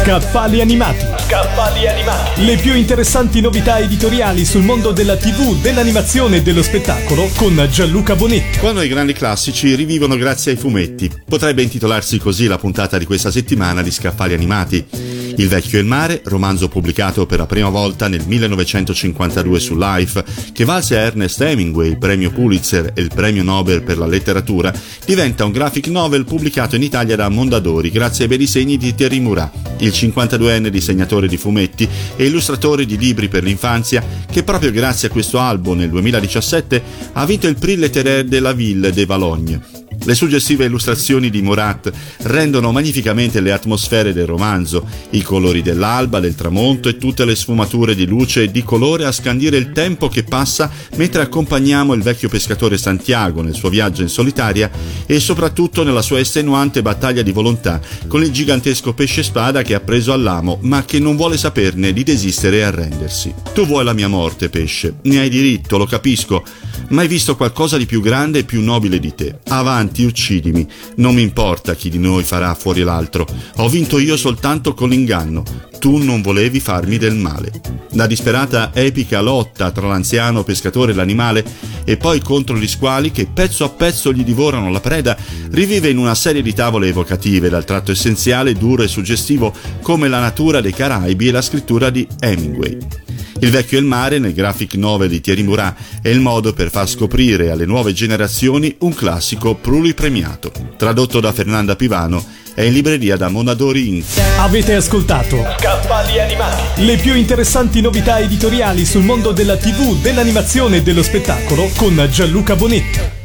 Scaffali animati. Scaffali animati. Le più interessanti novità editoriali sul mondo della TV, dell'animazione e dello spettacolo con Gianluca Bonetti. Quando i grandi classici rivivono grazie ai fumetti. Potrebbe intitolarsi così la puntata di questa settimana di Scaffali animati. Il vecchio e il mare, romanzo pubblicato per la prima volta nel 1952 su Life, che valse a Ernest Hemingway il premio Pulitzer e il premio Nobel per la letteratura, diventa un graphic novel pubblicato in Italia da Mondadori grazie ai bei disegni di Thierry Murat, il 52enne disegnatore di fumetti e illustratore di libri per l'infanzia, che proprio grazie a questo albo nel 2017 ha vinto il Prix Littéraire de la Ville de Valognes. Le suggestive illustrazioni di Murat rendono magnificamente le atmosfere del romanzo, i colori dell'alba, del tramonto e tutte le sfumature di luce e di colore a scandire il tempo che passa mentre accompagniamo il vecchio pescatore Santiago nel suo viaggio in solitaria e soprattutto nella sua estenuante battaglia di volontà con il gigantesco pesce spada che ha preso all'amo ma che non vuole saperne di desistere e arrendersi. Tu vuoi la mia morte, pesce, ne hai diritto, lo capisco, ma hai visto qualcosa di più grande e più nobile di te. Avanti, uccidimi, non mi importa chi di noi farà fuori l'altro, ho vinto io soltanto con l'inganno, tu non volevi farmi del male. La disperata epica lotta tra l'anziano pescatore e l'animale e poi contro gli squali che pezzo a pezzo gli divorano la preda rivive in una serie di tavole evocative dal tratto essenziale, duro e suggestivo come la natura dei Caraibi e la scrittura di Hemingway. Il vecchio e il mare, nel graphic novel di Thierry Murat, è il modo per far scoprire alle nuove generazioni un classico pluripremiato. Tradotto da Fernanda Pivano, è in libreria da Mondadori Inc. Avete ascoltato Scaffali animati. Le più interessanti novità editoriali sul mondo della TV, dell'animazione e dello spettacolo con Gianluca Bonetti.